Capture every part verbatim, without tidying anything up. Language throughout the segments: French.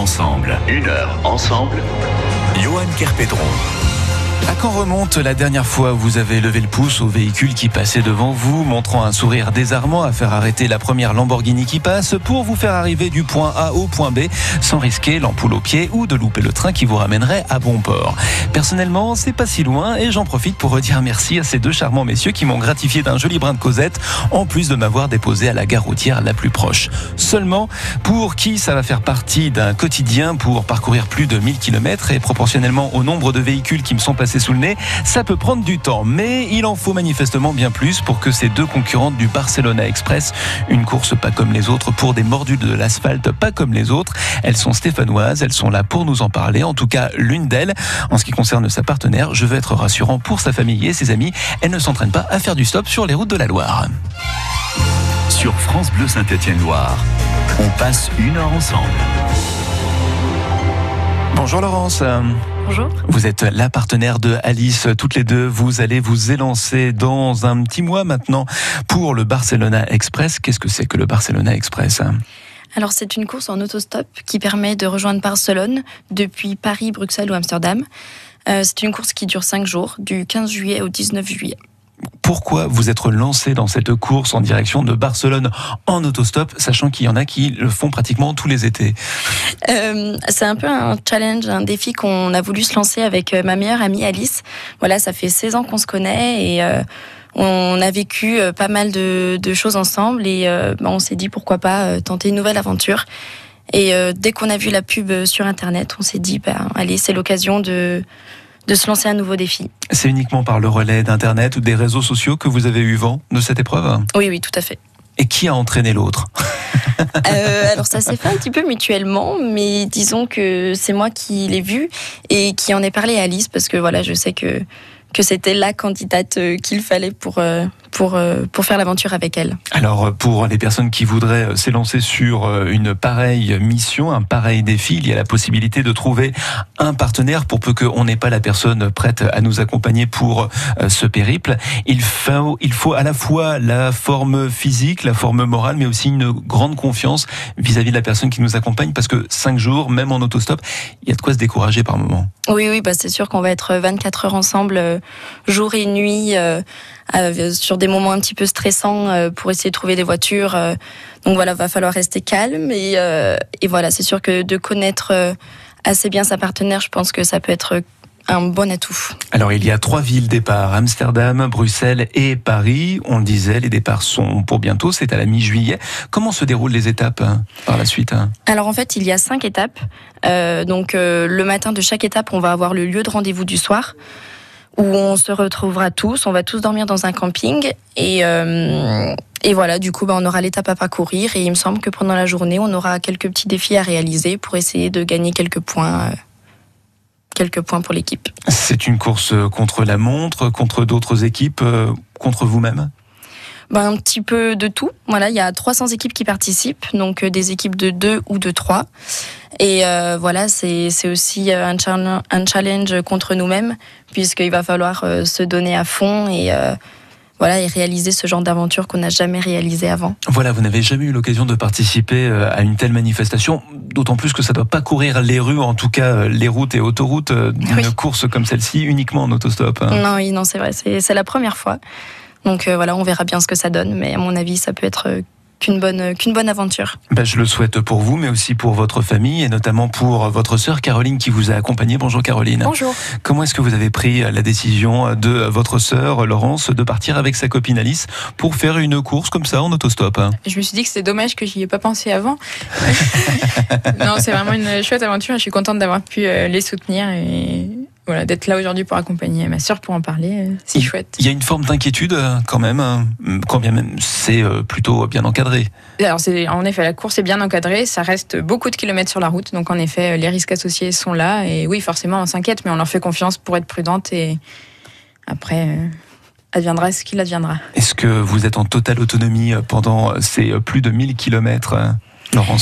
ensemble. Une heure ensemble. Johan Kerpedron. À quand remonte la dernière fois où vous avez levé le pouce au véhicule qui passait devant vous, montrant un sourire désarmant à faire arrêter la première Lamborghini qui passe pour vous faire arriver du point A au point B sans risquer l'ampoule au pied ou de louper le train qui vous ramènerait à bon port. Personnellement, c'est pas si loin et j'en profite pour redire merci à ces deux charmants messieurs qui m'ont gratifié d'un joli brin de causette en plus de m'avoir déposé à la gare routière la plus proche. Seulement, pour qui ça va faire partie d'un quotidien pour parcourir plus de mille kilomètres et proportionnellement au nombre de véhicules qui me sont passés sous le nez, ça peut prendre du temps, mais il en faut manifestement bien plus pour que ces deux concurrentes du Barcelona Express, une course pas comme les autres pour des mordus de l'asphalte pas comme les autres, elles sont stéphanoises, elles sont là pour nous en parler, en tout cas l'une d'elles. En ce qui concerne sa partenaire, je veux être rassurant pour sa famille et ses amis, elle ne s'entraîne pas à faire du stop sur les routes de la Loire. Sur France Bleu Saint-Étienne-Loire, on passe une heure ensemble. Bonjour Laurence. Bonjour. Vous êtes la partenaire de Alice, toutes les deux. Vous allez vous élancer dans un petit mois maintenant pour le Barcelona Express. Qu'est-ce que c'est que le Barcelona Express ? Alors c'est une course en autostop qui permet de rejoindre Barcelone depuis Paris, Bruxelles ou Amsterdam. Euh, c'est une course qui dure cinq jours, du quinze juillet au dix-neuf juillet. Pourquoi vous être lancé dans cette course en direction de Barcelone en autostop, sachant qu'il y en a qui le font pratiquement tous les étés ? euh, C'est un peu un challenge, un défi qu'on a voulu se lancer avec ma meilleure amie Alice. Voilà, ça fait seize ans qu'on se connaît et euh, on a vécu pas mal de, de choses ensemble et euh, bah, on s'est dit pourquoi pas tenter une nouvelle aventure. Et euh, dès qu'on a vu la pub sur Internet, on s'est dit bah, allez, c'est l'occasion de... de se lancer un nouveau défi. C'est uniquement par le relais d'Internet ou des réseaux sociaux que vous avez eu vent de cette épreuve ? Oui, oui, tout à fait. Et qui a entraîné l'autre ? euh, Alors ça s'est fait un petit peu mutuellement, mais disons que c'est moi qui l'ai vu et qui en ai parlé à Alice, parce que voilà, je sais que, que c'était la candidate qu'il fallait pour, pour, pour faire l'aventure avec elle. Alors pour les personnes qui voudraient s'élancer sur une pareille mission, un pareil défi, il y a la possibilité de trouver un partenaire pour peu qu'on n'ait pas la personne prête à nous accompagner pour ce périple. Il faut, il faut à la fois la forme physique, la forme morale, mais aussi une grande confiance vis-à-vis de la personne qui nous accompagne, parce que cinq jours, même en autostop, il y a de quoi se décourager par moment. Oui, oui, bah c'est sûr qu'on va être vingt-quatre heures ensemble, euh, jour et nuit, euh, euh, sur des moments un petit peu stressants euh, pour essayer de trouver des voitures. Euh, donc voilà, va falloir rester calme et, euh, et voilà, c'est sûr que de connaître euh, assez bien sa partenaire, je pense que ça peut être un bon atout. Alors il y a trois villes départ, Amsterdam, Bruxelles et Paris. On le disait, les départs sont pour bientôt, c'est à la mi-juillet. Comment se déroulent les étapes hein, par la suite hein Alors en fait, il y a cinq étapes. Euh, donc euh, le matin de chaque étape, on va avoir le lieu de rendez-vous du soir, où on se retrouvera tous, on va tous dormir dans un camping et, euh, et voilà, du coup bah, on aura l'étape à parcourir et il me semble que pendant la journée on aura quelques petits défis à réaliser pour essayer de gagner quelques points, euh, quelques points pour l'équipe. C'est une course contre la montre, contre d'autres équipes, euh, contre vous-même ? Ben, un petit peu de tout. Voilà, il y a trois cents équipes qui participent, donc euh, des équipes de deux ou de trois. Et euh, voilà, c'est, c'est aussi un, challenge, un challenge contre nous-mêmes, puisqu'il va falloir euh, se donner à fond et, euh, voilà, et réaliser ce genre d'aventure qu'on n'a jamais réalisé avant. Voilà, vous n'avez jamais eu l'occasion de participer à une telle manifestation, d'autant plus que ça ne doit pas courir les rues, en tout cas les routes et autoroutes, d'une oui. course comme celle-ci, uniquement en autostop. Hein. Non, oui, non, c'est vrai, c'est, c'est la première fois. Donc euh, voilà, on verra bien ce que ça donne, mais à mon avis, ça peut être euh, qu'une bonne, qu'une bonne aventure. Ben, je le souhaite pour vous, mais aussi pour votre famille, et notamment pour votre sœur Caroline qui vous a accompagné. Bonjour Caroline. Bonjour. Comment est-ce que vous avez pris la décision de votre sœur Laurence de partir avec sa copine Alice pour faire une course comme ça en autostop ? Je me suis dit que c'était dommage que j'y ai pas pensé avant. Non, c'est vraiment une chouette aventure et je suis contente d'avoir pu les soutenir et... Voilà, d'être là aujourd'hui pour accompagner ma sœur pour en parler, c'est chouette. Il y a une forme d'inquiétude quand même, quand bien même c'est plutôt bien encadré. Alors c'est, en effet, la course est bien encadrée, ça reste beaucoup de kilomètres sur la route, donc en effet, les risques associés sont là. Et oui, forcément, on s'inquiète, mais on leur fait confiance pour être prudente et après, adviendra ce qu'il adviendra. Est-ce que vous êtes en totale autonomie pendant ces plus de mille kilomètres, Laurence ?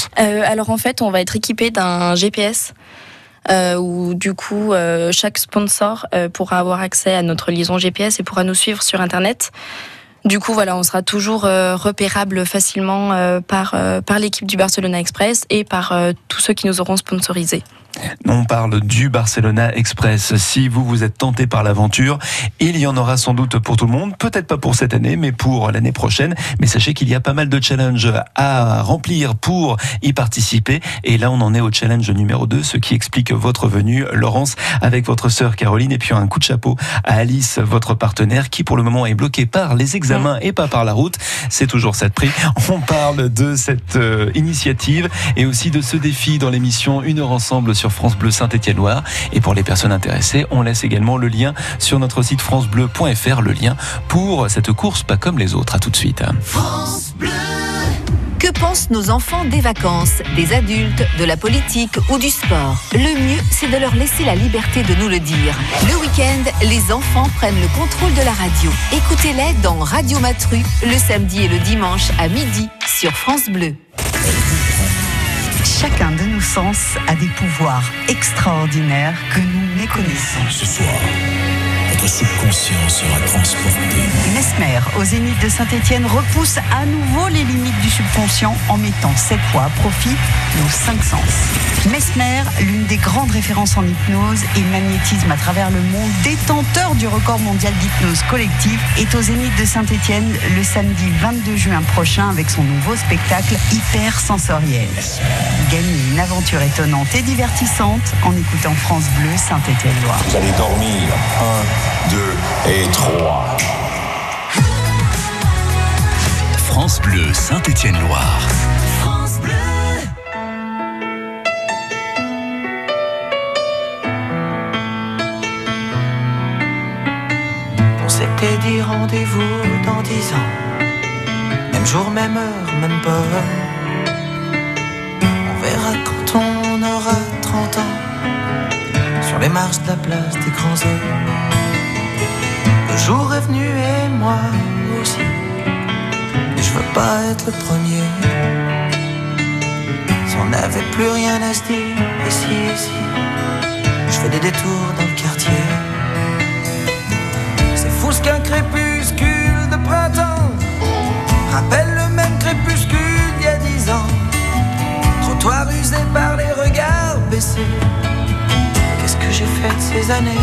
euh, Alors en fait, on va être équipé d'un G P S. Euh, où du coup euh, chaque sponsor euh, pourra avoir accès à notre liaison G P S et pourra nous suivre sur Internet. Du coup, voilà, on sera toujours euh, repérable facilement euh, par, euh, par l'équipe du Barcelona Express et par euh, tous ceux qui nous auront sponsorisés. On parle du Barcelona Express. Si vous vous êtes tenté par l'aventure, il y en aura sans doute pour tout le monde. Peut-être pas pour cette année, mais pour l'année prochaine. Mais sachez qu'il y a pas mal de challenges à remplir pour y participer. Et là, on en est au challenge numéro deux, ce qui explique votre venue, Laurence, avec votre sœur Caroline. Et puis un coup de chapeau à Alice, votre partenaire, qui pour le moment est bloqué par les examens et pas par la route. C'est toujours ça de prix. On parle de cette euh, initiative et aussi de ce défi dans l'émission Une heure ensemble sur France Bleu Saint-Étienne-Loire. Et pour les personnes intéressées, on laisse également le lien sur notre site francebleu point f r, le lien pour cette course pas comme les autres. À tout de suite. France Bleu. Que pensent nos enfants des vacances, des adultes, de la politique ou du sport? Le mieux, c'est de leur laisser la liberté de nous le dire. Le week-end, les enfants prennent le contrôle de la radio. Écoutez-les dans Radio Matru, le samedi et le dimanche à midi sur France Bleu. Chacun de nos sens a des pouvoirs extraordinaires que nous méconnaissons. Ce soir, votre subconscient sera transporté. Mesmer, au Zénith de Saint-Étienne, repousse à nouveau les limites du subconscient en mettant cette fois à profit nos cinq sens. Mesmer, l'une des grandes références en hypnose et magnétisme à travers le monde, détenteur du record mondial d'hypnose collective, est au Zénith de Saint-Étienne le samedi vingt-deux juin prochain avec son nouveau spectacle Hyper Sensoriel. Gagnez une aventure étonnante et divertissante en écoutant France Bleu Saint-Étienne-Loire. Vous allez dormir. Un, deux et trois. France Bleu Saint-Étienne-Loire. France Bleu. On s'était dit rendez-vous dans dix ans. Même jour, même heure, même pomme. On verra quand on aura trente ans. Sur les marches de la place des grands hommes. Le jour est venu et moi aussi. Et je veux pas être le premier. Si on n'avait plus rien à se dire, ici, ici, je fais des détours dans le quartier. C'est fou ce qu'un crépuscule de printemps rappelle le même crépuscule d'il y a dix ans. Trottoir usé par les regards baissés. Qu'est-ce que j'ai fait de ces années?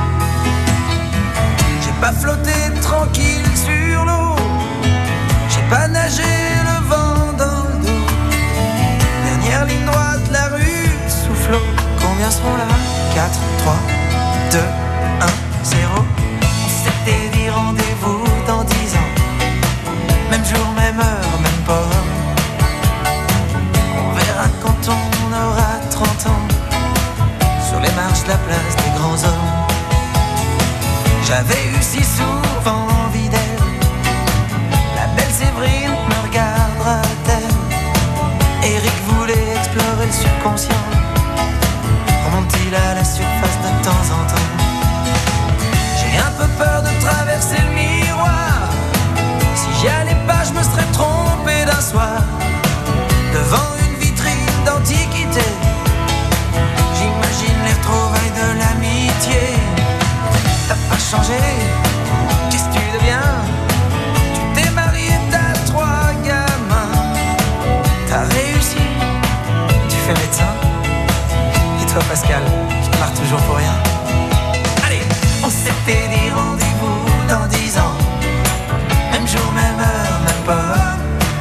J'ai pas flotté tranquille sur l'eau. J'ai pas nagé le vent dans le dos. Dernière ligne droite, la rue sous flot. Combien seront là? quatre, trois, deux, un, zéro. On s'était dit rendez-vous dans dix ans. Même jour, même heure, même port. On verra quand on aura trente ans. Sur les marches de la place des grands hommes. J'avais eu si souvent envie d'elle. La belle Séverine me regardera-t-elle? Eric voulait explorer le subconscient. Remonte-t-il à la surface de temps en temps? J'ai un peu peur de traverser le miroir. Si j'y allais pas, je me serais trompé d'un soir. Devant une vitrine d'antiquité, j'imagine les retrouvailles de l'amitié. T'as pas changé, qu'est-ce que tu deviens? Tu t'es marié, t'as trois gamins. T'as réussi, tu fais médecin. Et toi Pascal, tu pars toujours pour rien. Allez, on s'était dit rendez-vous dans dix ans. Même jour, même heure, même pas.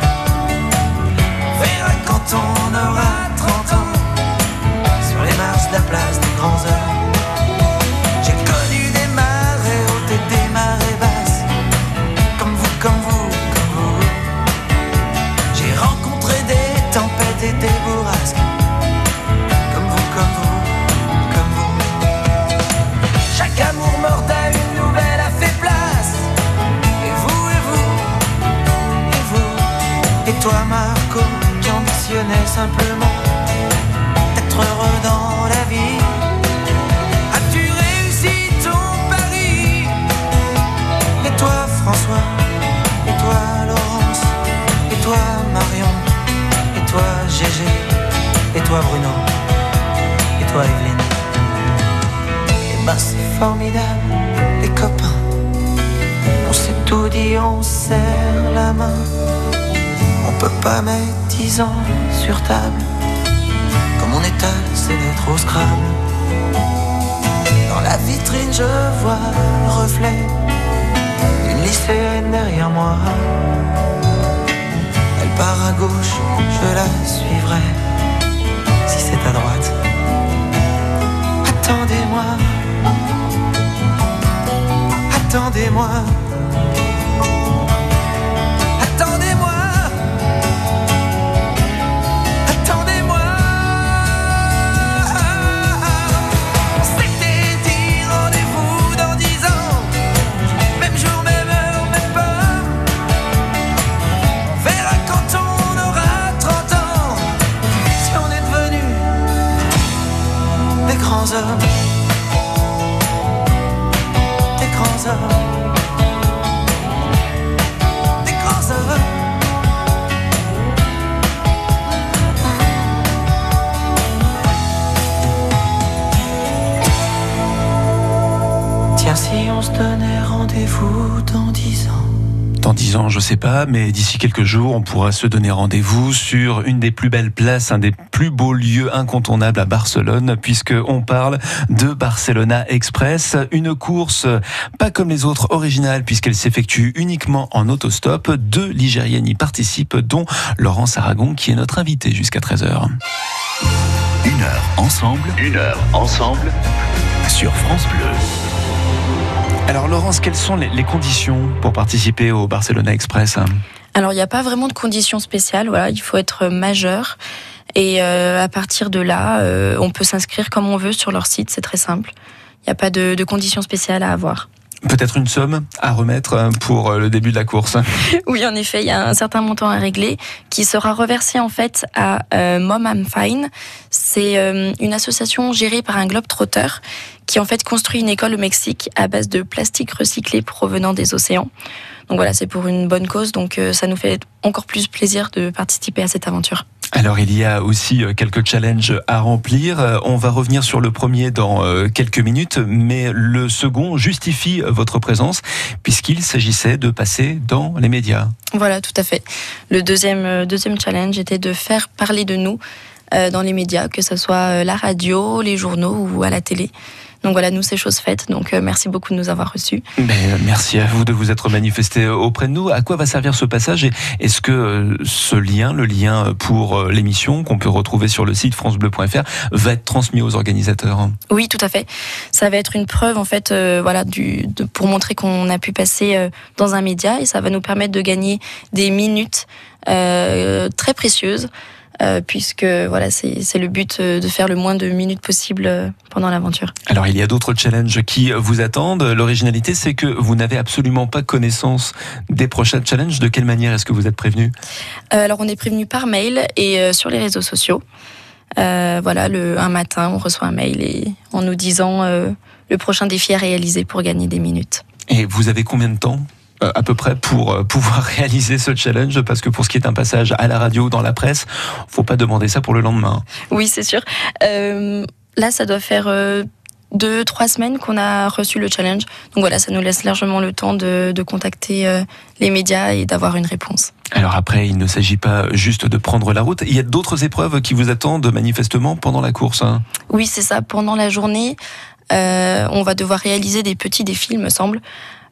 On verra quand on aura trente ans. Sur les marches de la place des grands hommes. J'ai connu des marées hautes et des marées basses. Comme vous, comme vous, comme vous. J'ai rencontré des tempêtes et des bourrasques. Comme vous, comme vous, comme vous. Chaque amour mortel, une nouvelle a fait place. Et vous, et vous, et vous. Et toi Marco, qui ambitionnais simplement d'être heureux dans la vie. As-tu réussi ton pari? Et toi François, et toi Laurence, et toi Marion, et toi Gégé, et toi Bruno, et toi Evelyne. Et ben c'est formidable, les copains. On s'est tout dit, on serre la main. On peut pas mettre dix ans sur table. Comme on étale, c'est d'être au Scrabble. Dans la vitrine, je vois le reflet d'une lycéenne derrière moi. Elle part à gauche, je la suivrai. Si c'est à droite, attendez-moi. Attendez-moi. Attendez-moi. Attendez-moi. On s'était dit rendez-vous dans dix ans. Même jour, même heure, même pas. On verra quand on aura trente ans. Si on est devenus des grands hommes. Des grands hommes. Des grands hommes. Tiens, si on se donnait rendez-vous dans dix ans. Dans dix ans, je sais pas, mais d'ici quelques jours, on pourra se donner rendez-vous sur une des plus belles places, un des plus beaux lieux incontournables à Barcelone, puisque on parle de Barcelona Express, une course pas comme les autres, originale, puisqu'elle s'effectue uniquement en autostop. Deux Ligériennes y participent, dont Laurence Aragon, qui est notre invitée jusqu'à treize heures. Une heure ensemble, une heure ensemble sur France Bleu. Alors Laurence, quelles sont les, les conditions pour participer au Barcelona Express ? Alors, il n'y a pas vraiment de conditions spéciales. Voilà, il faut être majeur. Et euh, à partir de là, euh, on peut s'inscrire comme on veut sur leur site. C'est très simple. Il n'y a pas de, de conditions spéciales à avoir. Peut-être une somme à remettre pour le début de la course. Oui, en effet, il y a un certain montant à régler qui sera reversé en fait à euh, Mom I'm Fine. C'est euh, une association gérée par un globe-trotter qui en fait construit une école au Mexique à base de plastique recyclé provenant des océans. Donc voilà, c'est pour une bonne cause, donc euh, ça nous fait encore plus plaisir de participer à cette aventure. Alors il y a aussi quelques challenges à remplir. On va revenir sur le premier dans quelques minutes, mais le second justifie votre présence puisqu'il s'agissait de passer dans les médias. Voilà, tout à fait. Le deuxième, deuxième challenge était de faire parler de nous dans les médias, que ce soit la radio, les journaux ou à la télé. Donc voilà, nous, c'est chose faite. Donc euh, merci beaucoup de nous avoir reçus. Mais, euh, merci à vous de vous être manifesté auprès de nous. À quoi va servir ce passage ? Et est-ce que euh, ce lien, le lien pour euh, l'émission qu'on peut retrouver sur le site francebleu point fr, va être transmis aux organisateurs ? Oui, tout à fait. Ça va être une preuve en fait, euh, voilà, du, de, pour montrer qu'on a pu passer euh, dans un média, et ça va nous permettre de gagner des minutes euh, très précieuses. Euh, puisque voilà, c'est, c'est le but de faire le moins de minutes possible pendant l'aventure. Alors il y a d'autres challenges qui vous attendent. L'originalité, c'est que vous n'avez absolument pas connaissance des prochains challenges. De quelle manière est-ce que vous êtes prévenu ? euh, Alors on est prévenu par mail et euh, sur les réseaux sociaux. Euh, voilà, le, un matin, on reçoit un mail et en nous disant euh, le prochain défi à réaliser pour gagner des minutes. Et vous avez combien de temps ? Euh, à peu près pour euh, pouvoir réaliser ce challenge, parce que pour ce qui est un passage à la radio ou dans la presse, faut pas demander ça pour le lendemain. Oui, c'est sûr. Euh, là, ça doit faire euh, deux, trois semaines qu'on a reçu le challenge. Donc voilà, ça nous laisse largement le temps de, de contacter euh, les médias et d'avoir une réponse. Alors après, il ne s'agit pas juste de prendre la route. Il y a d'autres épreuves qui vous attendent manifestement pendant la course, hein. Oui, c'est ça. Pendant la journée, euh, on va devoir réaliser des petits défis, il me semble.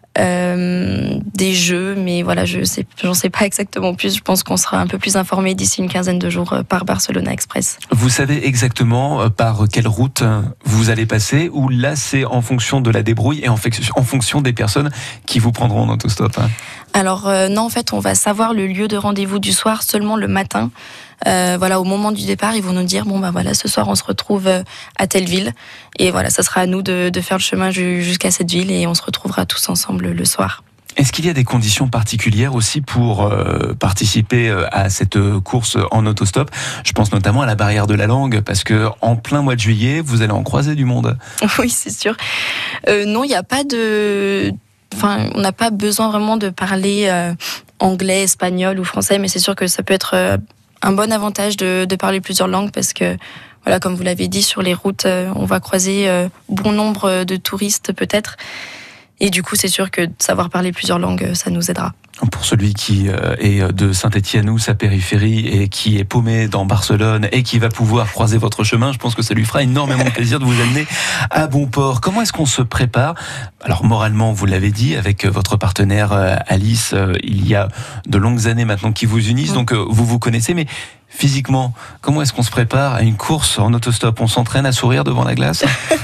Euh, des jeux, mais voilà, je sais, j'en sais pas exactement plus. Je pense qu'on sera un peu plus informé d'ici une quinzaine de jours par Barcelona Express. Vous savez exactement par quelle route vous allez passer, ou là c'est en fonction de la débrouille et en, f- en fonction des personnes qui vous prendront en autostop, hein? Alors euh, non, en fait, on va savoir le lieu de rendez-vous du soir seulement le matin. Euh, voilà, au moment du départ, ils vont nous dire bon bah voilà, ce soir on se retrouve à telle ville, et voilà, ça sera à nous de, de faire le chemin jusqu'à cette ville, et on se retrouvera tous ensemble le soir. Est-ce qu'il y a des conditions particulières aussi pour euh, participer à cette course en autostop ? Je pense notamment à la barrière de la langue, parce que en plein mois de juillet, vous allez en croiser du monde. Oui, c'est sûr. Euh, non, il n'y a pas de... Enfin, on n'a pas besoin vraiment de parler euh, anglais, espagnol ou français, mais c'est sûr que ça peut être euh, un bon avantage de, de parler plusieurs langues, parce que, voilà, comme vous l'avez dit, sur les routes, euh, on va croiser euh, bon nombre de touristes peut-être. Et du coup, c'est sûr que de savoir parler plusieurs langues, ça nous aidera. Pour celui qui est de Saint-Étienne ou sa périphérie et qui est paumé dans Barcelone et qui va pouvoir croiser votre chemin, je pense que ça lui fera énormément plaisir de vous amener à bon port. Comment est-ce qu'on se prépare ? Alors moralement, vous l'avez dit, avec votre partenaire Alice, il y a de longues années maintenant qui vous unissent, donc vous vous connaissez, mais physiquement, comment est-ce qu'on se prépare à une course en autostop ? On s'entraîne à sourire devant la glace ?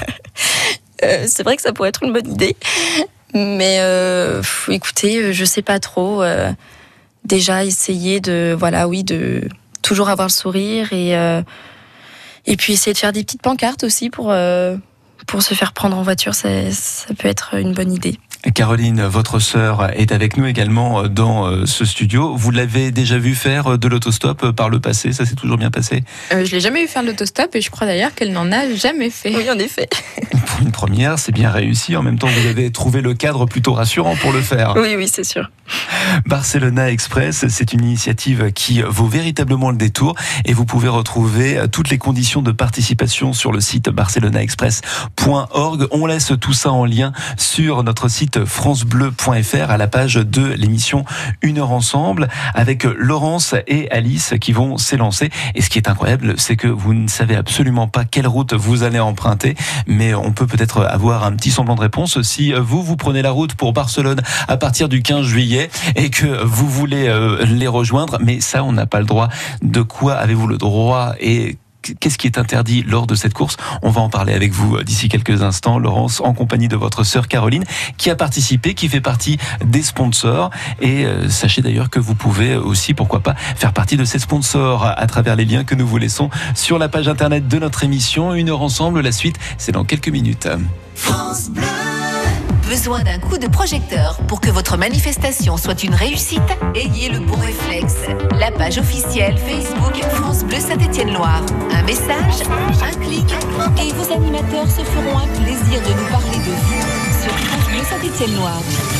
euh, C'est vrai que ça pourrait être une bonne idée. Mais euh, écoutez, je sais pas trop. Euh, déjà essayer de, voilà, oui, de toujours avoir le sourire et euh, et puis essayer de faire des petites pancartes aussi pour euh, pour se faire prendre en voiture. Ça, ça peut être une bonne idée. Caroline, votre sœur, est avec nous également dans ce studio. Vous l'avez déjà vu faire de l'autostop par le passé ? Ça s'est toujours bien passé ? euh, Je l'ai jamais vu faire de l'autostop et je crois d'ailleurs qu'elle n'en a jamais fait. Oui, en effet. Pour une première, c'est bien réussi. En même temps, vous avez trouvé le cadre plutôt rassurant pour le faire. Oui, oui, c'est sûr. Barcelona Express, c'est une initiative qui vaut véritablement le détour et vous pouvez retrouver toutes les conditions de participation sur le site barcelona express point org. On laisse tout ça en lien sur notre site francebleu point f r à la page de l'émission Une heure ensemble avec Laurence et Alice qui vont s'élancer. Et ce qui est incroyable, c'est que vous ne savez absolument pas quelle route vous allez emprunter, mais on peut peut-être avoir un petit semblant de réponse si vous, vous prenez la route pour Barcelone à partir du quinze juillet et que vous voulez euh, les rejoindre, mais ça, on n'a pas le droit. De quoi avez-vous le droit et qu'est-ce qui est interdit lors de cette course ? On va en parler avec vous d'ici quelques instants, Laurence, en compagnie de votre sœur Caroline, qui a participé, qui fait partie des sponsors. Et euh, sachez d'ailleurs que vous pouvez aussi, pourquoi pas, faire partie de ces sponsors à travers les liens que nous vous laissons sur la page internet de notre émission. Une heure ensemble, la suite, c'est dans quelques minutes. France Bleu. Besoin d'un coup de projecteur pour que votre manifestation soit une réussite ? Ayez le bon réflexe. La page officielle Facebook France Bleu Saint-Étienne-Loire. Un message, un clic, et vos animateurs se feront un plaisir de nous parler de vous sur France Bleu Saint-Étienne-Loire.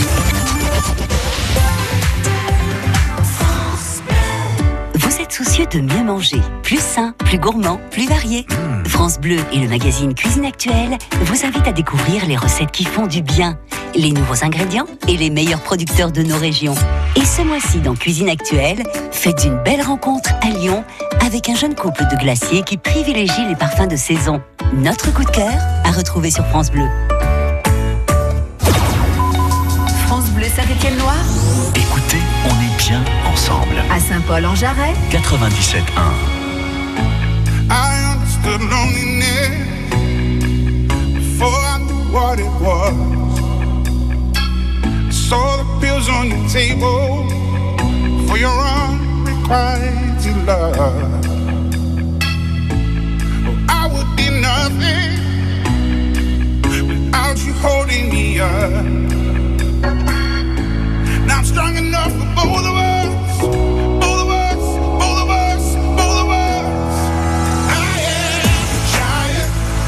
Vous êtes soucieux de mieux manger, plus sain, plus gourmand, plus varié. Mmh. France Bleu et le magazine Cuisine Actuelle vous invitent à découvrir les recettes qui font du bien, les nouveaux ingrédients et les meilleurs producteurs de nos régions. Et ce mois-ci dans Cuisine Actuelle, faites une belle rencontre à Lyon avec un jeune couple de glaciers qui privilégie les parfums de saison. Notre coup de cœur à retrouver sur France Bleu. France Bleu Saint-Étienne-Loire. Écoutez, on est bien ensemble. À Saint-Paul-en-Jarret. quatre-vingt-dix-sept un. I understood loneliness before I knew what it was. I saw the pills on your table for your unrequited love. Oh, I would be nothing without you holding me up. Now I'm strong enough for both of us, both of us, both of us, both of us. I am a giant.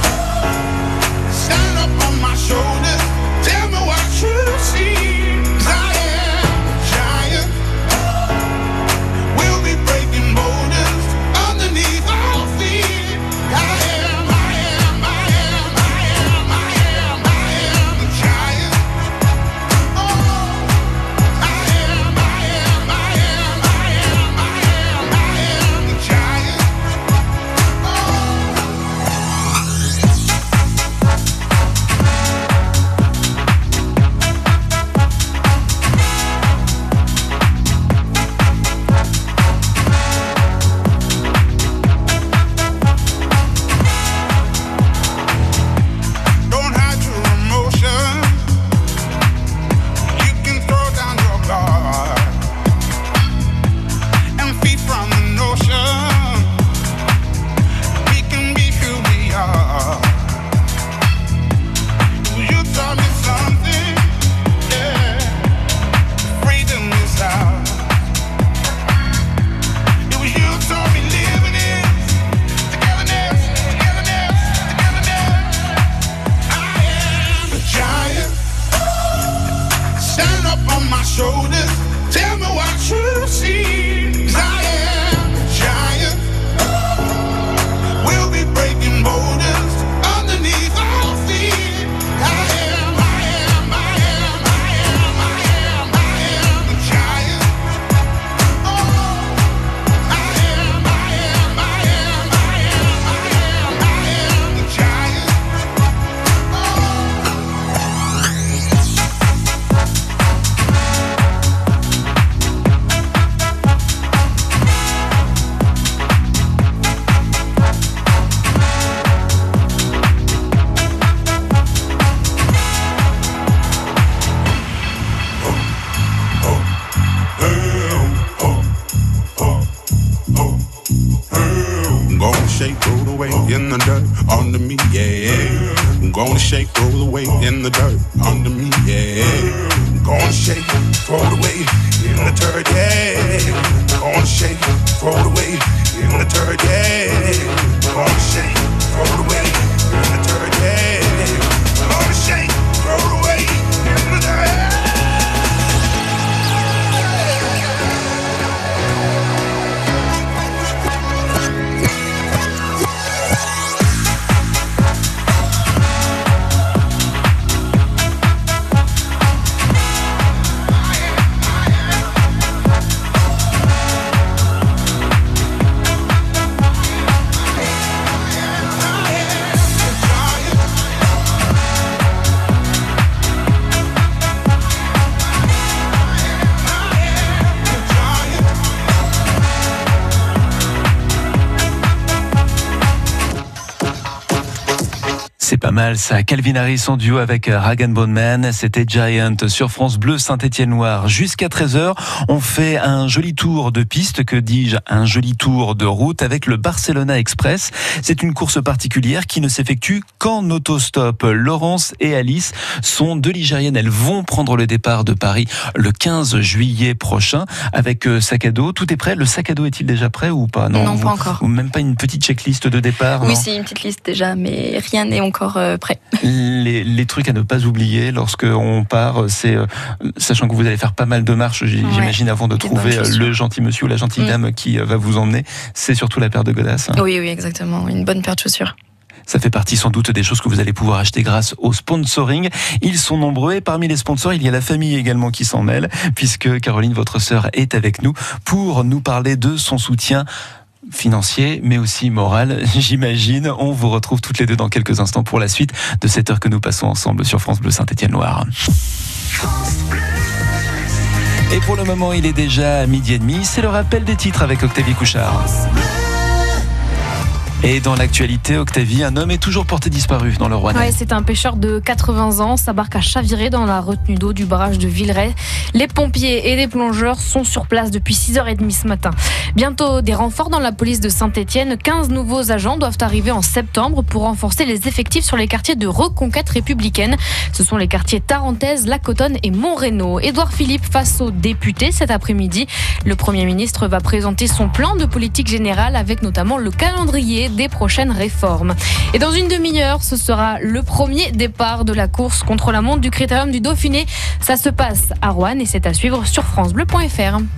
Stand up on my shoulders, tell me what you see. 'Cause I am a giant. We'll be breaking boulders underneath our feet. I am, I am, I am, I am, I am, I am a giant. Oh. I am, I am, the dirt under me, yeah. I'm gonna shake, roll away in the dirt under me, yeah. I'm gonna shake, throw it away in the dirt, yeah. I'm gonna shake, throw it away in the dirt, yeah. I'm gonna shake, throw it away in the dirt, yeah. I'm gonna shake, throw it away in the dirt. C'est pas mal ça. Calvin Harris en duo avec Rag and Bone Man. C'était Giant sur France Bleu Saint-Étienne-Loire. Jusqu'à treize heures, on fait un joli tour de piste, que dis-je, un joli tour de route avec le Barcelona Express. C'est une course particulière qui ne s'effectue qu'en autostop. Laurence et Alice sont deux Ligériennes. Elles vont prendre le départ de Paris le quinze juillet prochain avec sac à dos. Tout est prêt. Le sac à dos est-il déjà prêt ou pas? Non, non, pas encore. Ou même pas une petite checklist de départ? Oui, non c'est une petite liste déjà, mais rien n'est encore Euh, prêt. Les, les trucs à ne pas oublier lorsqu'on part, c'est euh, sachant que vous allez faire pas mal de marches, j'imagine, ouais, avant de trouver le gentil monsieur ou la gentille mmh. dame qui va vous emmener, c'est surtout la paire de godasses. Oui, oui, exactement, une bonne paire de chaussures. Ça fait partie sans doute des choses que vous allez pouvoir acheter grâce au sponsoring. Ils sont nombreux et parmi les sponsors, il y a la famille également qui s'en mêle, puisque Caroline, votre sœur, est avec nous pour nous parler de son soutien financier, mais aussi moral, j'imagine. On vous retrouve toutes les deux dans quelques instants pour la suite de cette heure que nous passons ensemble sur France Bleu Saint-Étienne-Loire. Et pour le moment, il est déjà midi et demi. C'est le rappel des titres avec Octavie Couchard. Et dans l'actualité, Octavie, un homme est toujours porté disparu dans le Rouennais. Ouais, c'est un pêcheur de quatre-vingts ans. Sa barque a chaviré dans la retenue d'eau du barrage de Villeray. Les pompiers et les plongeurs sont sur place depuis six heures trente ce matin. Bientôt des renforts dans la police de Saint-Étienne. quinze nouveaux agents doivent arriver en septembre pour renforcer les effectifs sur les quartiers de reconquête républicaine. Ce sont les quartiers Tarentaise, La Cotonne et Montrénaud. Édouard Philippe face aux députés cet après-midi. Le Premier ministre va présenter son plan de politique générale avec notamment le calendrier des prochaines réformes. Et dans une demi-heure, ce sera le premier départ de la course contre la montre du Critérium du Dauphiné. Ça se passe à Roanne et c'est à suivre sur francebleu point f r.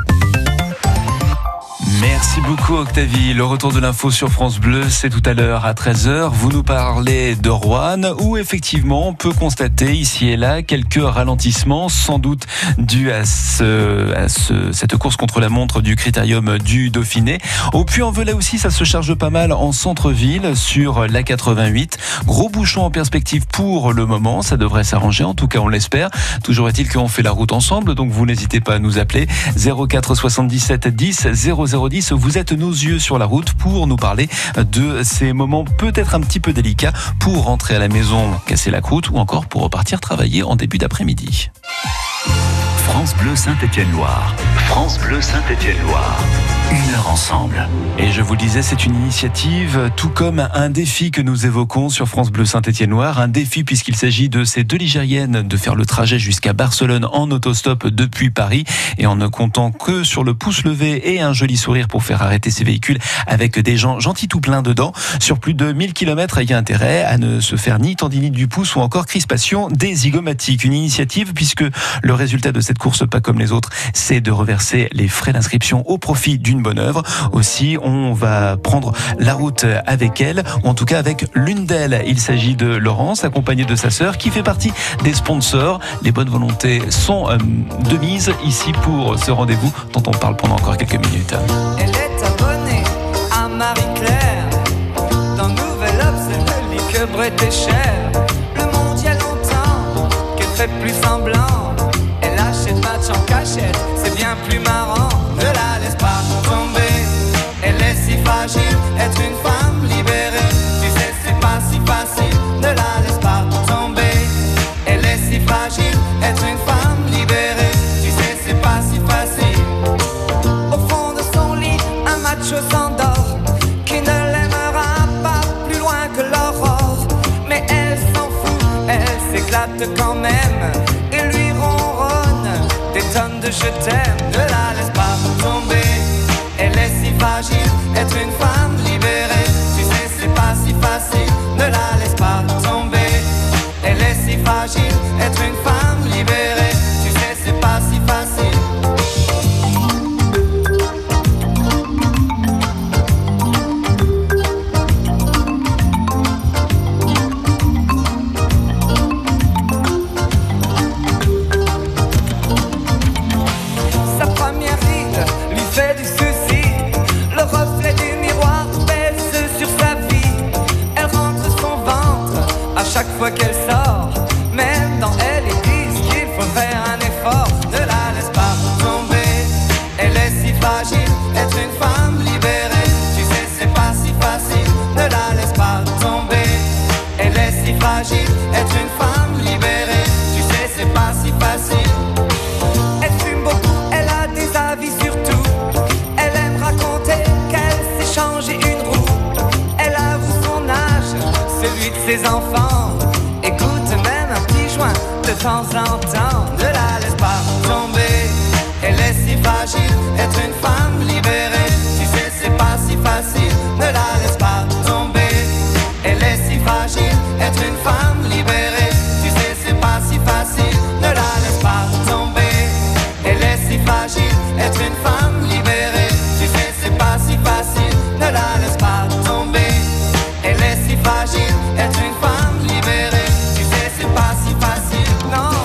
Merci beaucoup Octavie. Le retour de l'info sur France Bleu, c'est tout à l'heure à treize heures. Vous nous parlez de Roanne où effectivement on peut constater ici et là quelques ralentissements, sans doute dû à, ce, à ce, cette course contre la montre du Critérium du Dauphiné. Au Puy-en-Velay aussi, ça se charge pas mal en centre-ville sur l'A quatre-vingt-huit. Gros bouchon en perspective pour le moment, ça devrait s'arranger, en tout cas on l'espère. Toujours est-il qu'on fait la route ensemble, donc vous n'hésitez pas à nous appeler zéro quatre soixante-dix-sept dix zéro zéro dix. Vous êtes nos yeux sur la route pour nous parler de ces moments peut-être un petit peu délicats pour rentrer à la maison, casser la croûte ou encore pour repartir travailler en début d'après-midi. France Bleu Saint-Étienne-Loire. France Bleu Saint-Étienne-Loire. Une heure ensemble. Et je vous le disais, c'est une initiative, tout comme un défi que nous évoquons sur France Bleu Saint-Étienne-Loire. Un défi puisqu'il s'agit de ces deux Ligériennes de faire le trajet jusqu'à Barcelone en autostop depuis Paris et en ne comptant que sur le pouce levé et un joli sourire pour faire arrêter ces véhicules avec des gens gentils tout plein dedans. Sur plus de mille kilomètres, il y a intérêt à ne se faire ni tendinite du pouce ou encore crispation des zygomatiques. Une initiative puisque le résultat de cette course, pas comme les autres, c'est de reverser les frais d'inscription au profit d'une bonne œuvre. Aussi, on va prendre la route avec elle, ou en tout cas avec l'une d'elles. Il s'agit de Laurence, accompagnée de sa sœur, qui fait partie des sponsors. Les bonnes volontés sont euh, de mise ici pour ce rendez-vous dont on parle pendant encore quelques minutes. Elle est abonnée à Marie-Claire. Dans Nouvel Obs, le lit que Brett est cher. Le monde y a longtemps qu'elle fait plus semblant. Elle achète match en cachette, c'est bien plus marrant. Ne la laisse pas tomber, elle est si fragile. Être une femme libérée, tu sais c'est pas si facile. Ne la laisse pas tomber, elle est si fragile. Être une femme libérée, tu sais c'est pas si facile. Au fond de son lit, un macho s'endort qui ne l'aimera pas plus reste quand même et lui ronronne des tonnes de je t'aime. Ne la laisse pas tomber, elle est si fragile, être une femme libérée. Tu sais, c'est pas si facile, ne la laisse pas tomber. Elle est si fragile, être une femme libérée. Tu sais, c'est pas si facile. Sa première ride lui fait du souci. Le reflet du miroir pèse sur sa vie. Elle rentre son ventre à chaque fois qu'elle sort. Même dans elle, ils disent qu'il faut faire un effort. Ne la laisse pas tomber, elle est si fragile, être une femme libérée. Tu sais, c'est pas si facile, ne la laisse pas tomber. Elle est si fragile, être une femme libérée. Tu sais, c'est pas si facile. Elle fume beaucoup, elle a des avis sur tout. Elle aime raconter qu'elle s'est changé une roue. Elle avoue son âge, celui de ses enfants. Écoute même un petit joint de temps en temps. Ne la laisse pas tomber, elle est si fragile, être une femme libérée. Tu sais, c'est pas si facile, ne la laisse pas tomber. Elle est si fragile, être une femme libérée. Tu sais, c'est pas si facile, ne la laisse pas tomber. Elle est si fragile, être une femme libérée. Tu sais, c'est pas si facile, ne la laisse pas tomber. Elle est si fragile, être une femme libérée. Tu sais, c'est pas si facile, non.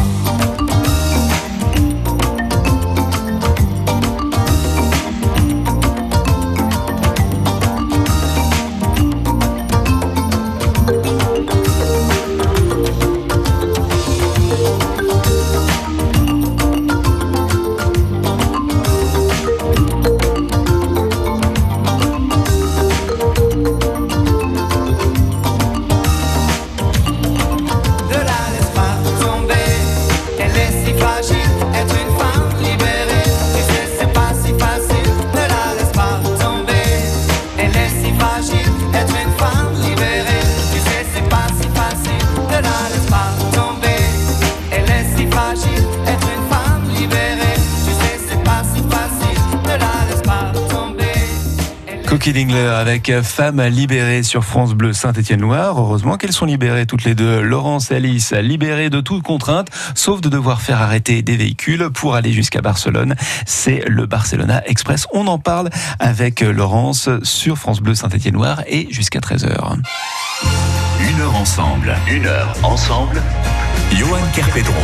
Ne la laisse pas tomber, elle est si fragile, être une femme libérée. Tu sais, c'est pas si facile, ne la laisse pas tomber. Elle est si fragile, être une femme libérée. Tu sais, c'est pas si facile, ne la laisse pas tomber. Elle est si fragile, être une femme libérée. Tu sais, c'est pas si facile, ne la laisse pas tomber. Cookie Dingler avec Femme libérée sur France Bleu Saint-Étienne-Loire. Heureusement qu'elles sont libérées toutes les deux. Laurence et Alice, libérées de toute contrainte, sauf de devoir faire arrêter des véhicules pour aller jusqu'à Barcelone. C'est le Barcelona Express. On en parle avec Laurence sur France Bleu Saint-Étienne-Loire et jusqu'à treize heures. Une heure ensemble, une heure ensemble. Johan Kerpedron.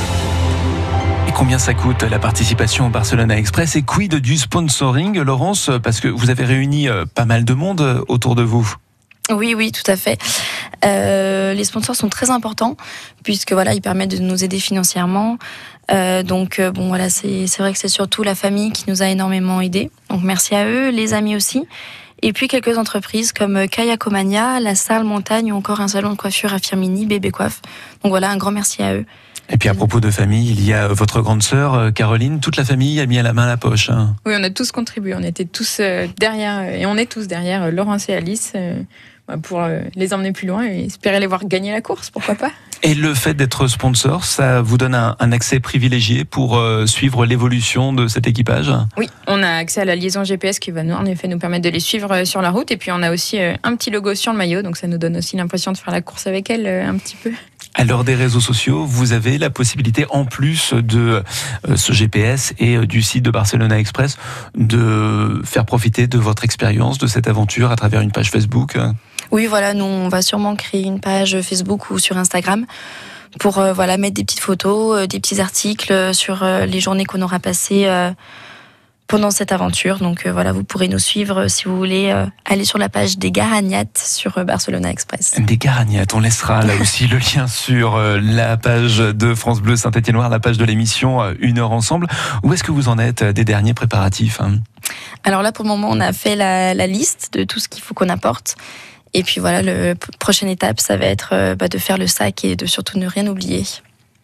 Et combien ça coûte la participation au Barcelona Express et quid du sponsoring, Laurence, parce que vous avez réuni pas mal de monde autour de vous. Oui, oui, tout à fait. Euh, les sponsors sont très importants puisque voilà, ils permettent de nous aider financièrement. Euh, donc euh, bon, voilà, c'est c'est vrai que c'est surtout la famille qui nous a énormément aidés. Donc merci à eux, les amis aussi. Et puis quelques entreprises comme Kayakomania, la Salle Montagne ou encore un salon de coiffure à Firmini, Bébé Coiffe. Donc voilà, un grand merci à eux. Et puis à propos de famille, il y a votre grande sœur Caroline. Toute la famille a mis à la main la poche. Hein. Oui, on a tous contribué. On était tous derrière, et on est tous derrière Laurence et Alice pour les emmener plus loin et espérer les voir gagner la course, pourquoi pas. Et le fait d'être sponsor, ça vous donne un, un accès privilégié pour euh, suivre l'évolution de cet équipage ? Oui, on a accès à la liaison G P S qui va nous, en effet nous permettre de les suivre sur la route. Et puis on a aussi un petit logo sur le maillot, donc ça nous donne aussi l'impression de faire la course avec elle un petit peu. À l'heure des réseaux sociaux, vous avez la possibilité, en plus de euh, ce G P S et euh, du site de Barcelona Express, de faire profiter de votre expérience, de cette aventure à travers une page Facebook. Oui, voilà, nous, on va sûrement créer une page Facebook ou sur Instagram pour euh, voilà, mettre des petites photos, euh, des petits articles sur euh, les journées qu'on aura passées euh, pendant cette aventure. Donc euh, voilà, vous pourrez nous suivre euh, si vous voulez euh, aller sur la page des Garagnates sur euh, Barcelona Express. Des Garagnates, on laissera là aussi le lien sur euh, la page de France Bleu Saint-Étienne-Loire, la page de l'émission euh, Une heure ensemble. Où est-ce que vous en êtes des derniers préparatifs, hein ? Alors là, pour le moment, on a fait la, la liste de tout ce qu'il faut qu'on apporte. Et puis voilà, la prochaine étape, ça va être euh, bah, de faire le sac et de surtout ne rien oublier.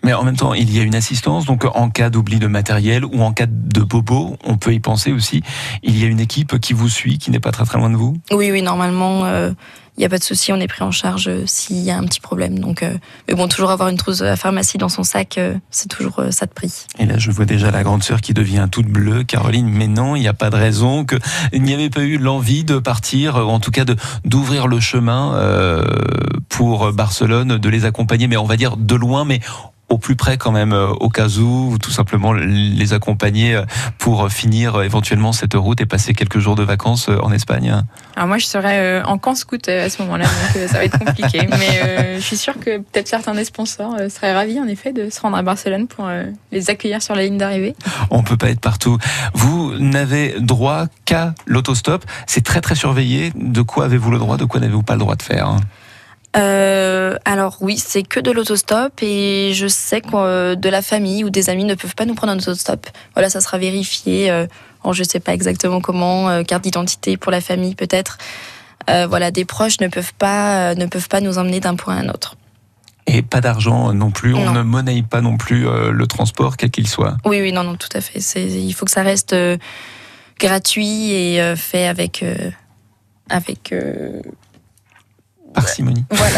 Mais en même temps, il y a une assistance, donc en cas d'oubli de matériel ou en cas de bobo, on peut y penser aussi. Il y a une équipe qui vous suit, qui n'est pas très très loin de vous. Oui, oui, normalement, il euh, n'y a pas de souci, on est pris en charge euh, s'il y a un petit problème. Donc, euh, mais bon, toujours avoir une trousse à pharmacie dans son sac, euh, c'est toujours euh, ça de prix. Et là, je vois déjà la grande sœur qui devient toute bleue. Caroline, mais non, il n'y a pas de raison qu'il n'y avait pas eu l'envie de partir, ou en tout cas de d'ouvrir le chemin euh, pour Barcelone, de les accompagner, mais on va dire de loin, mais au plus près quand même, au cas où, tout simplement les accompagner pour finir éventuellement cette route et passer quelques jours de vacances en Espagne. Alors moi je serais en camp scout à ce moment-là, donc ça va être compliqué, mais euh, je suis sûre que peut-être certains des sponsors seraient ravis en effet de se rendre à Barcelone pour euh, les accueillir sur la ligne d'arrivée. On peut pas être partout. Vous n'avez droit qu'à l'autostop, c'est très très surveillé. De quoi avez-vous le droit, de quoi n'avez-vous pas le droit de faire ? Euh, alors oui, c'est que de l'autostop et je sais que euh, de la famille ou des amis ne peuvent pas nous prendre en autostop. Voilà, ça sera vérifié. Euh, alors je sais pas exactement comment, euh, carte d'identité pour la famille peut-être. Euh, voilà, des proches ne peuvent pas euh, ne peuvent pas nous emmener d'un point à un autre. Et pas d'argent non plus. On non. ne monnaie pas non plus euh, le transport quel qu'il soit. Oui, oui, non, non, tout à fait. C'est, il faut que ça reste euh, gratuit et euh, fait avec euh, avec. Euh, Parcimonie. Voilà.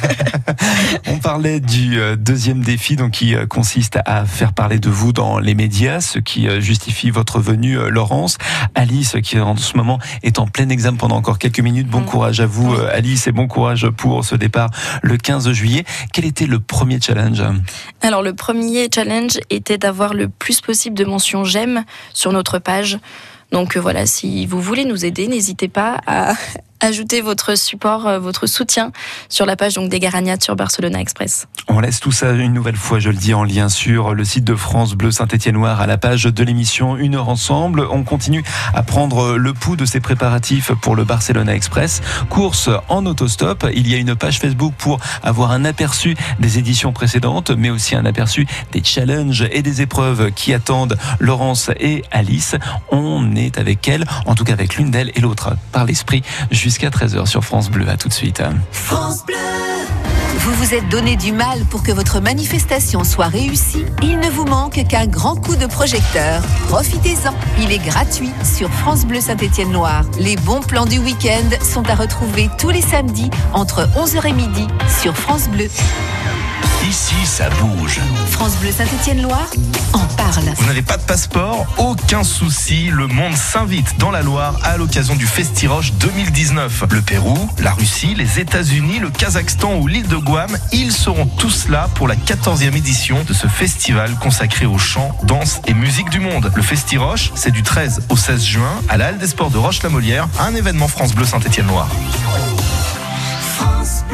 On parlait du deuxième défi, donc qui consiste à faire parler de vous dans les médias, ce qui justifie votre venue, Laurence. Alice, qui en ce moment est en plein examen pendant encore quelques minutes. Bon courage à vous, Alice, et bon courage pour ce départ le quinze juillet. Quel était le premier challenge ? Alors, le premier challenge était d'avoir le plus possible de mentions j'aime sur notre page. Donc euh, voilà, si vous voulez nous aider, n'hésitez pas à ajouter votre support, euh, votre soutien sur la page donc des Garagnades sur Barcelona Express. On laisse tout ça une nouvelle fois, je le dis, en lien sur le site de France Bleu Saint-Étienne-Loire à la page de l'émission Une heure ensemble. On continue à prendre le pouls de ces préparatifs pour le Barcelona Express. Course en autostop. Il y a une page Facebook pour avoir un aperçu des éditions précédentes, mais aussi un aperçu des challenges et des épreuves qui attendent Laurence et Alice. On est avec elles, en tout cas avec l'une d'elles et l'autre par l'esprit, jusqu'à treize heures sur France Bleu. À tout de suite. France Bleu. Vous vous êtes donné du mal pour que votre manifestation soit réussie. Il ne vous manque qu'un grand coup de projecteur. Profitez-en. Il est gratuit sur France Bleu Saint-Étienne-Loire. Les bons plans du week-end sont à retrouver tous les samedis entre onze heures et midi sur France Bleu. Ici, ça bouge. France Bleu Saint-Étienne-Loire en parle. Vous n'avez pas de passeport ? Aucun souci, le monde s'invite dans la Loire à l'occasion du Festiroche deux mille dix-neuf. Le Pérou, la Russie, les États-Unis, le Kazakhstan ou l'île de Guam, ils seront tous là pour la quatorzième édition de ce festival consacré au chant, danse et musique du monde. Le Festiroche, c'est du treize au seize juin à la Halle des Sports de Roche-la-Molière, un événement France Bleu Saint-Étienne-Loire. France Bleu.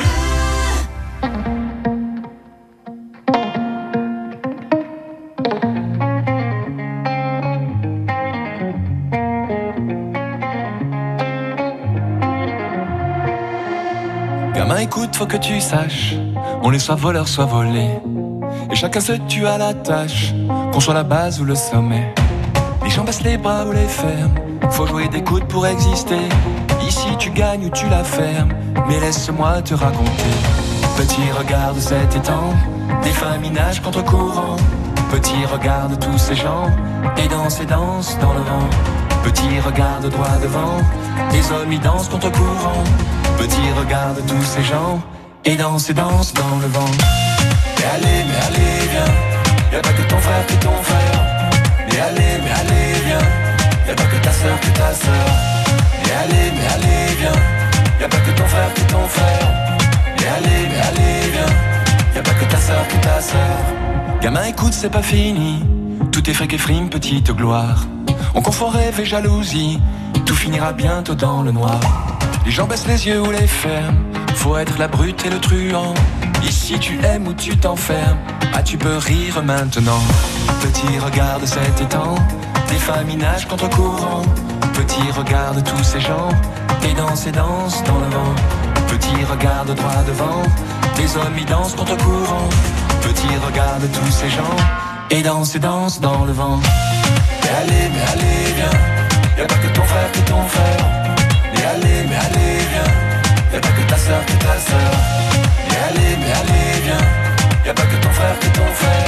Gamin, écoute, faut que tu saches, on est soit voleur, soit volé, et chacun se tue à la tâche, qu'on soit la base ou le sommet. Les gens baissent les bras ou les ferment, faut jouer des coudes pour exister. Ici tu gagnes ou tu la fermes, mais laisse-moi te raconter. Petit, regarde cet étang, des femmes nagent contre courant. Petit, regarde tous ces gens, et dansent et dansent dans le vent. Petit, regarde droit devant, les hommes y dansent contre courant. Petit, regarde tous ces gens, et dansent et dansent dans le vent. Mais allez, mais allez, viens, y'a pas que ton frère, que ton frère. Mais allez, mais allez, viens, y'a pas que ta sœur, que ta sœur. Mais allez, mais allez, viens, y'a pas que ton frère, que ton frère. Mais allez, mais allez, viens, y'a pas que ta sœur, que ta sœur. Gamin, écoute, c'est pas fini, tout est fric et frime, petite gloire. On confond rêve et jalousie, tout finira bientôt dans le noir. Les gens baissent les yeux ou les ferment, faut être la brute et le truand. Ici tu aimes ou tu t'enfermes, ah tu peux rire maintenant. Petit, regarde cet étang, des femmes y nagent contre courant. Petit, regarde tous ces gens, et dansent et dansent dans le vent. Petit, regarde droit devant, les hommes y dansent contre courant. Petit, regarde tous ces gens, et dansent et dansent dans le vent. Mais allez, mais allez, viens, y'a pas que ton frère, que ton frère. Mais allez, mais allez, viens, y'a pas que ta sœur, que ta sœur. Mais allez, mais allez, viens, y'a pas que ton frère, que ton frère.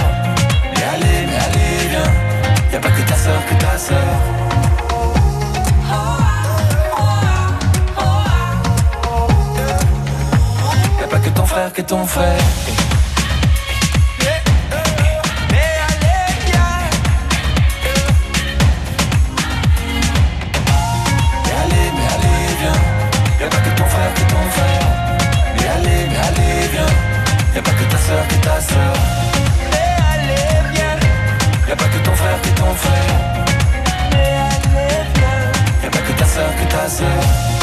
ton frère. Y'a pas que ta sœur, que ta sœur. Mais allez, viens. Y'a pas que ton frère, que ton frère. Mais allez, viens. Y'a pas que ta sœur, que ta sœur.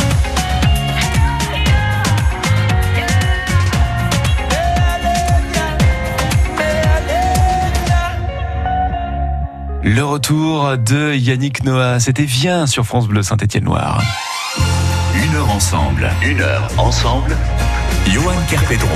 Mais allez, viens. Mais allez, viens. Le retour de Yannick Noah, c'était Viens sur France Bleu Saint-Étienne-Loire. Une heure ensemble, une heure ensemble. Johan Kerpedron.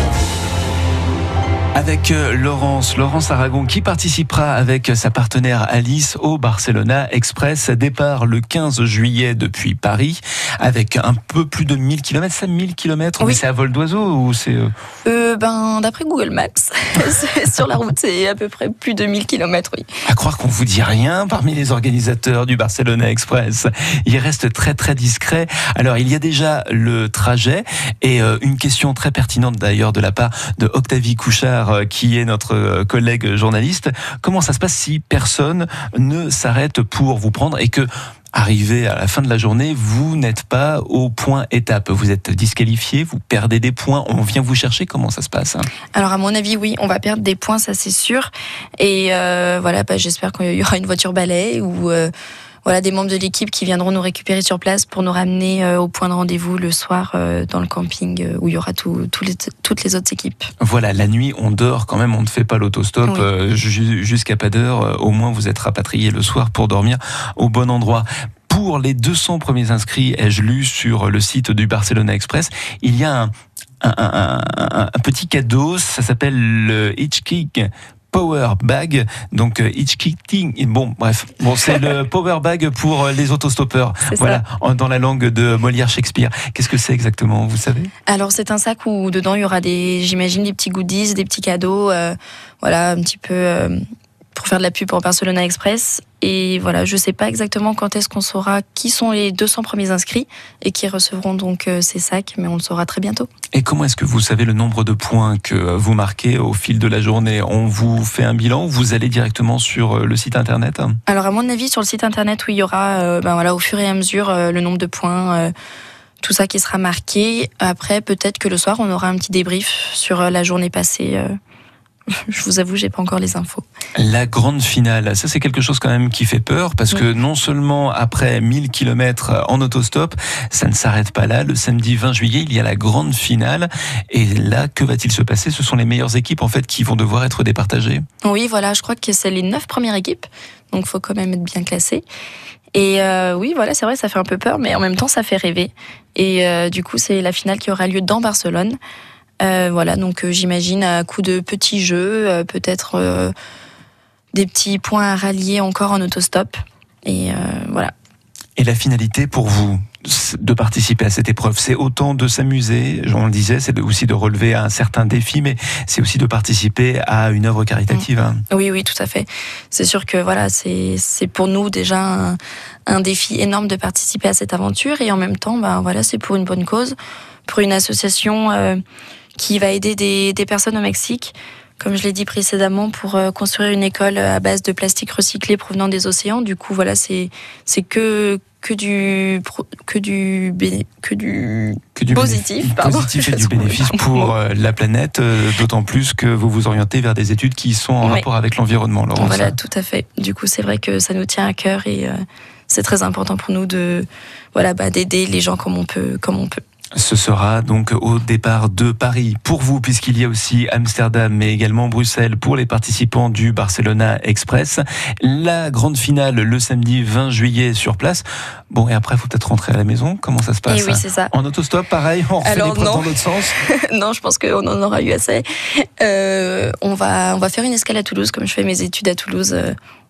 Avec Laurence, Laurence Aragon qui participera avec sa partenaire Alice au Barcelona Express. Départ le quinze juillet depuis Paris avec un peu plus de mille kilomètres, cinq mille kilomètres. Oui. Mais c'est à vol d'oiseau ou c'est... euh, ben, D'après Google Maps, sur la route, c'est à peu près plus de mille kilomètres, oui. À croire qu'on vous dit rien parmi les organisateurs du Barcelona Express. Il reste très très discret. Alors il y a déjà le trajet et euh, une question très pertinente d'ailleurs de la part de Octavie Couchard qui est notre collègue journaliste. Comment ça se passe si personne ne s'arrête pour vous prendre et que, arrivé à la fin de la journée, vous n'êtes pas au point étape? Vous êtes disqualifié, vous perdez des points, on vient vous chercher, comment ça se passe? Alors à mon avis, oui, on va perdre des points, ça c'est sûr. Et euh, voilà, bah, j'espère qu'il y aura une voiture balai ou... Euh, Voilà, des membres de l'équipe qui viendront nous récupérer sur place pour nous ramener euh, au point de rendez-vous le soir euh, dans le camping euh, où il y aura tout, tout les, toutes les autres équipes. Voilà, la nuit, on dort quand même, on ne fait pas l'autostop Oui. euh, ju- jusqu'à pas d'heure. Euh, au moins, vous êtes rapatrié le soir pour dormir au bon endroit. Pour les deux cents premiers inscrits, ai-je lu sur le site du Barcelona Express, il y a un, un, un, un, un petit cadeau, ça s'appelle le Hitchkick Power Bag, donc euh, Hitchkicking, bon bref, bon c'est le Power Bag pour les autostoppeurs, voilà, en, dans la langue de Molière Shakespeare. Qu'est-ce que c'est exactement, vous savez? Alors c'est un sac où dedans il y aura des, j'imagine des petits goodies, des petits cadeaux, euh, voilà, un petit peu euh, pour faire de la pub pour Barcelona Express. Et voilà, je sais pas exactement quand est-ce qu'on saura qui sont les deux cents premiers inscrits et qui recevront donc euh, ces sacs, mais on le saura très bientôt. Et comment est-ce que vous savez le nombre de points que vous marquez au fil de la journée? On vous fait un bilan ou vous allez directement sur le site internet? Alors à mon avis, sur le site internet où il y aura euh, ben voilà, au fur et à mesure euh, le nombre de points, euh, tout ça qui sera marqué. Après, peut-être que le soir, on aura un petit débrief sur euh, la journée passée. Euh, Je vous avoue, j'ai pas encore les infos. La grande finale, ça c'est quelque chose quand même qui fait peur parce que non seulement après mille kilomètres en autostop, ça ne s'arrête pas là. Le samedi vingt juillet, il y a la grande finale et là, que va-t-il se passer? Ce sont les meilleures équipes en fait qui vont devoir être départagées. Oui, voilà, je crois que c'est les neuf premières équipes, donc faut quand même être bien classé. Et euh, oui, voilà, c'est vrai, ça fait un peu peur, mais en même temps, ça fait rêver. Et euh, du coup, c'est la finale qui aura lieu dans Barcelone. Euh, voilà, donc euh, j'imagine à coup de petits jeux, euh, peut-être euh, des petits points à rallier encore en autostop. Et euh, voilà. Et la finalité pour vous de participer à cette épreuve, c'est autant de s'amuser, on le disait, c'est aussi de relever un certain défi, mais c'est aussi de participer à une œuvre caritative. Hein. Oui, oui, tout à fait. C'est sûr que voilà, c'est c'est pour nous déjà un, un défi énorme de participer à cette aventure, et en même temps, ben voilà, c'est pour une bonne cause, pour une association euh, qui va aider des, des personnes au Mexique, comme je l'ai dit précédemment, pour euh, construire une école à base de plastique recyclé provenant des océans. Du coup, voilà, c'est c'est que que du que du que du, que du positif, bénéfice, pardon. positif et du bénéfice pour euh, la planète, euh, d'autant plus que vous vous orientez vers des études qui sont en oui. rapport avec l'environnement, Laurence. Voilà, tout à fait. Du coup, c'est vrai que ça nous tient à cœur et euh, c'est très important pour nous de voilà bah, d'aider les gens comme on peut, comme on peut. Ce sera donc au départ de Paris pour vous, puisqu'il y a aussi Amsterdam, mais également Bruxelles pour les participants du Barcelona Express. La grande finale le samedi vingt juillet sur place. Bon, et après, il faut peut-être rentrer à la maison. Comment ça se passe? Et oui, c'est ça. En autostop, pareil, on refait Alors, l'épreuve non. dans l'autre sens. Non, je pense qu'on en aura eu assez. Euh, on va, on va faire une escale à Toulouse, comme je fais mes études à Toulouse. Euh,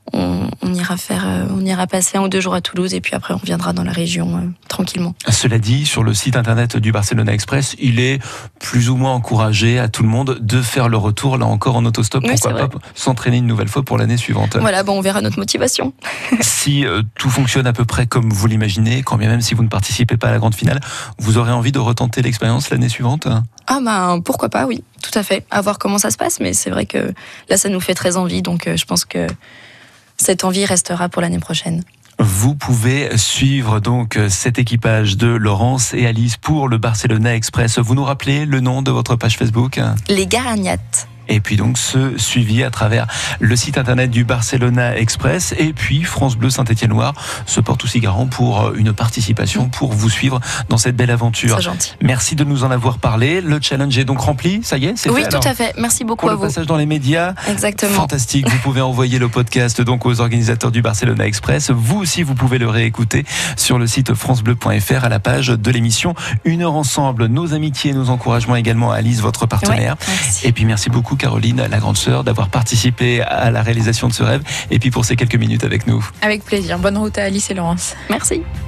on, on ira faire, euh, on ira passer un ou deux jours à Toulouse et puis après on reviendra dans la région euh, tranquillement. Cela dit, sur le site internet du Barcelona Express, il est plus ou moins encouragé à tout le monde de faire le retour, là encore en autostop, Oui, pourquoi pas s'entraîner une nouvelle fois pour l'année suivante. Voilà, bon, on verra notre motivation. Si euh, tout fonctionne à peu près comme vous l'imaginez, quand bien même si vous ne participez pas à la grande finale, vous aurez envie de retenter l'expérience l'année suivante ? Ah ben pourquoi pas, oui, tout à fait. À voir comment ça se passe, mais c'est vrai que là ça nous fait très envie, donc euh, je pense que cette envie restera pour l'année prochaine. Vous pouvez suivre donc cet équipage de Laurence et Alice pour le Barcelona Express. Vous nous rappelez le nom de votre page Facebook ? Les Garagnates. Et puis donc ce suivi à travers le site internet du Barcelona Express. Et puis France Bleu Saint-Étienne-Loire se porte aussi garant pour une participation, pour vous suivre dans cette belle aventure. C'est gentil. Merci de nous en avoir parlé. Le challenge est donc rempli, ça y est, c'est Oui, fait, tout alors, à fait. Merci beaucoup pour à le vous. passage dans les médias. Exactement. Fantastique. Vous pouvez envoyer le podcast donc aux organisateurs du Barcelona Express. Vous aussi, vous pouvez le réécouter sur le site francebleu point f r à la page de l'émission Une heure ensemble. Nos amitiés, nos encouragements également à Alice, votre partenaire. Ouais, merci. Et puis merci beaucoup Caroline, la grande sœur, d'avoir participé à la réalisation de ce rêve. Et puis pour ces quelques minutes avec nous. Avec plaisir. Bonne route à Alice et Laurence. Merci.